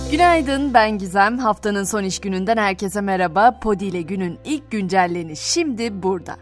Günaydın, ben Gizem. Haftanın son iş gününden herkese merhaba. Podi ile günün ilk güncelleni şimdi burada.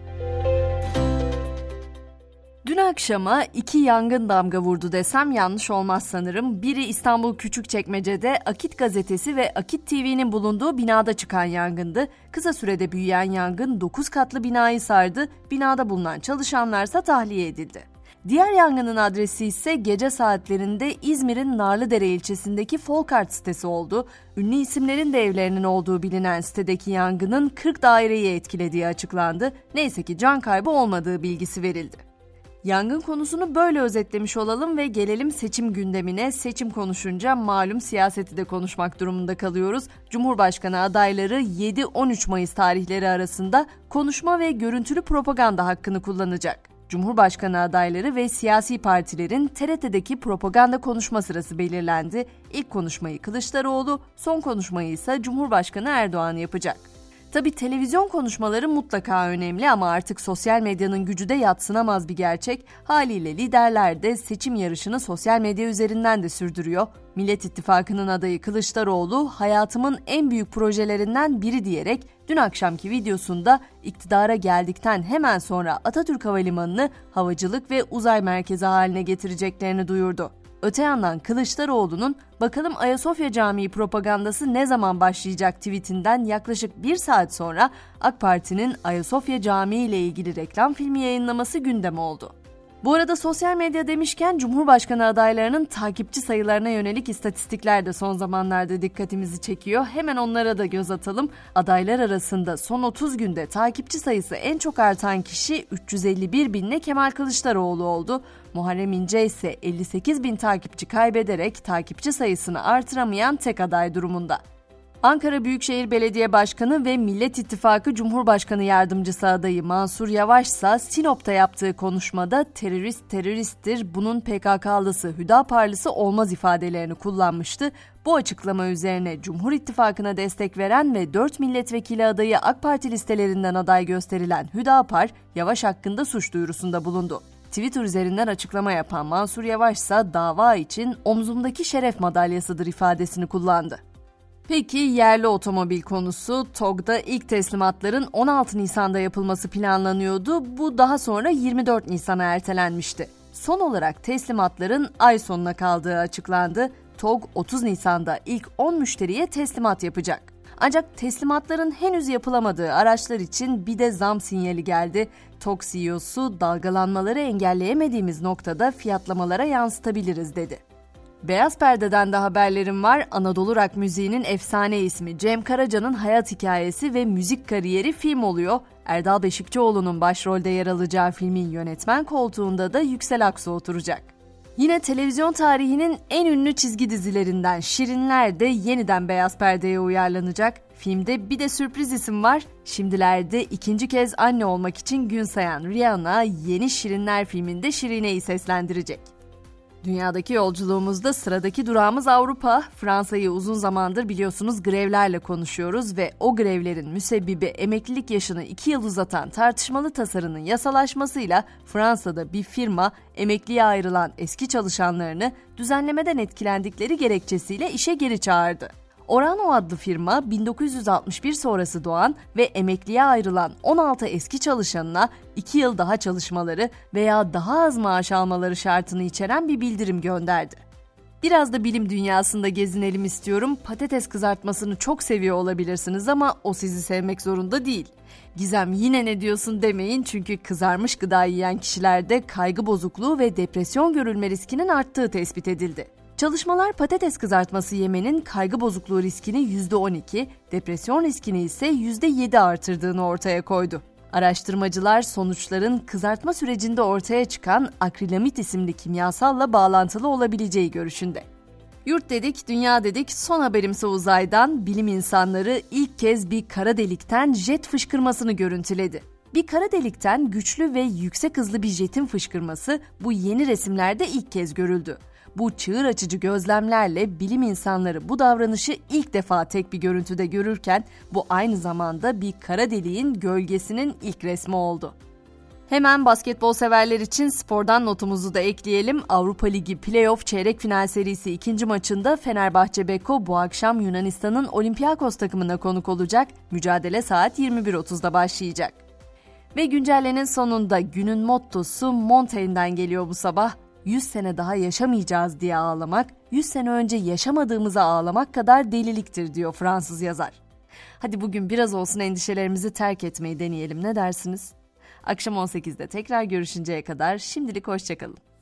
Dün akşama 2 yangın damga vurdu desem yanlış olmaz sanırım. Biri İstanbul Küçükçekmece'de Akit Gazetesi ve Akit TV'nin bulunduğu binada çıkan yangındı. Kısa sürede büyüyen yangın 9 katlı binayı sardı. Binada bulunan çalışanlarsa tahliye edildi. Diğer yangının adresi ise gece saatlerinde İzmir'in Narlıdere ilçesindeki Folkart sitesi oldu. Ünlü isimlerin de evlerinin olduğu bilinen sitedeki yangının 40 daireyi etkilediği açıklandı. Neyse ki can kaybı olmadığı bilgisi verildi. Yangın konusunu böyle özetlemiş olalım ve gelelim seçim gündemine. Seçim konuşunca malum siyaseti de konuşmak durumunda kalıyoruz. Cumhurbaşkanı adayları 7-13 Mayıs tarihleri arasında konuşma ve görüntülü propaganda hakkını kullanacak. Cumhurbaşkanı adayları ve siyasi partilerin TRT'deki propaganda konuşma sırası belirlendi. İlk konuşmayı Kılıçdaroğlu, son konuşmayı ise Cumhurbaşkanı Erdoğan yapacak. Tabii televizyon konuşmaları mutlaka önemli ama artık sosyal medyanın gücü de yadsınamaz bir gerçek. Haliyle liderler de seçim yarışını sosyal medya üzerinden de sürdürüyor. Millet İttifakı'nın adayı Kılıçdaroğlu hayatımın en büyük projelerinden biri diyerek dün akşamki videosunda iktidara geldikten hemen sonra Atatürk Havalimanı'nı havacılık ve uzay merkezi haline getireceklerini duyurdu. Öte yandan Kılıçdaroğlu'nun "Bakalım Ayasofya Camii propagandası ne zaman başlayacak?" tweetinden yaklaşık 1 saat sonra AK Parti'nin Ayasofya Camii ile ilgili reklam filmi yayınlaması gündem oldu. Bu arada sosyal medya demişken Cumhurbaşkanı adaylarının takipçi sayılarına yönelik istatistikler de son zamanlarda dikkatimizi çekiyor. Hemen onlara da göz atalım. Adaylar arasında son 30 günde takipçi sayısı en çok artan kişi 351 binle Kemal Kılıçdaroğlu oldu. Muharrem İnce ise 58 bin takipçi kaybederek takipçi sayısını artıramayan tek aday durumunda. Ankara Büyükşehir Belediye Başkanı ve Millet İttifakı Cumhurbaşkanı Yardımcısı adayı Mansur Yavaş ise Sinop'ta yaptığı konuşmada terörist teröristtir, bunun PKK'lısı, Hüdaparlısı olmaz ifadelerini kullanmıştı. Bu açıklama üzerine Cumhur İttifakı'na destek veren ve 4 milletvekili adayı AK Parti listelerinden aday gösterilen Hüdapar, Yavaş hakkında suç duyurusunda bulundu. Twitter üzerinden açıklama yapan Mansur Yavaş ise dava için omzumdaki şeref madalyasıdır ifadesini kullandı. Peki yerli otomobil konusu, TOG'da ilk teslimatların 16 Nisan'da yapılması planlanıyordu. Bu daha sonra 24 Nisan'a ertelenmişti. Son olarak teslimatların ay sonuna kaldığı açıklandı. TOG 30 Nisan'da ilk 10 müşteriye teslimat yapacak. Ancak teslimatların henüz yapılamadığı araçlar için bir de zam sinyali geldi. TOG CEO'su dalgalanmaları engelleyemediğimiz noktada fiyatlamalara yansıtabiliriz dedi. Beyaz Perde'den de haberlerim var. Anadolu rock müziğinin efsane ismi Cem Karaca'nın hayat hikayesi ve müzik kariyeri film oluyor. Erdal Beşikçioğlu'nun başrolde yer alacağı filmin yönetmen koltuğunda da Yüksel Aksu oturacak. Yine televizyon tarihinin en ünlü çizgi dizilerinden Şirinler de yeniden Beyaz Perde'ye uyarlanacak. Filmde bir de sürpriz isim var. Şimdilerde 2. kez anne olmak için gün sayan Rihanna yeni Şirinler filminde Şirine'yi seslendirecek. Dünyadaki yolculuğumuzda sıradaki durağımız Avrupa. Fransa'yı uzun zamandır biliyorsunuz grevlerle konuşuyoruz ve o grevlerin müsebbibi emeklilik yaşını 2 yıl uzatan tartışmalı tasarının yasalaşmasıyla Fransa'da bir firma emekliye ayrılan eski çalışanlarını düzenlemeden etkilendikleri gerekçesiyle işe geri çağırdı. Orano adlı firma 1961 sonrası doğan ve emekliye ayrılan 16 eski çalışanına 2 yıl daha çalışmaları veya daha az maaş almaları şartını içeren bir bildirim gönderdi. Biraz da bilim dünyasında gezinelim istiyorum. Patates kızartmasını çok seviyor olabilirsiniz ama o sizi sevmek zorunda değil. Gizem yine ne diyorsun demeyin çünkü kızarmış gıda yiyen kişilerde kaygı bozukluğu ve depresyon görülme riskinin arttığı tespit edildi. Çalışmalar patates kızartması yemenin kaygı bozukluğu riskini %12, depresyon riskini ise %7 artırdığını ortaya koydu. Araştırmacılar sonuçların kızartma sürecinde ortaya çıkan akrilamit isimli kimyasalla bağlantılı olabileceği görüşünde. Yurt dedik, dünya dedik, son haberimse uzaydan bilim insanları ilk kez bir kara delikten jet fışkırmasını görüntüledi. Bir kara delikten güçlü ve yüksek hızlı bir jetin fışkırması bu yeni resimlerde ilk kez görüldü. Bu çığır açıcı gözlemlerle bilim insanları bu davranışı ilk defa tek bir görüntüde görürken bu aynı zamanda bir kara deliğin gölgesinin ilk resmi oldu. Hemen basketbol severler için spordan notumuzu da ekleyelim. Avrupa Ligi Playoff çeyrek final serisi 2. maçında Fenerbahçe Beko bu akşam Yunanistan'ın Olympiakos takımına konuk olacak. Mücadele saat 21.30'da başlayacak. Ve güncellenin sonunda günün mottosu Montaigne'den geliyor bu sabah. 100 sene daha yaşamayacağız diye ağlamak, 100 sene önce yaşamadığımıza ağlamak kadar deliliktir diyor Fransız yazar. Hadi bugün biraz olsun endişelerimizi terk etmeyi deneyelim, ne dersiniz? Akşam 18'de tekrar görüşünceye kadar şimdilik hoşça kalın.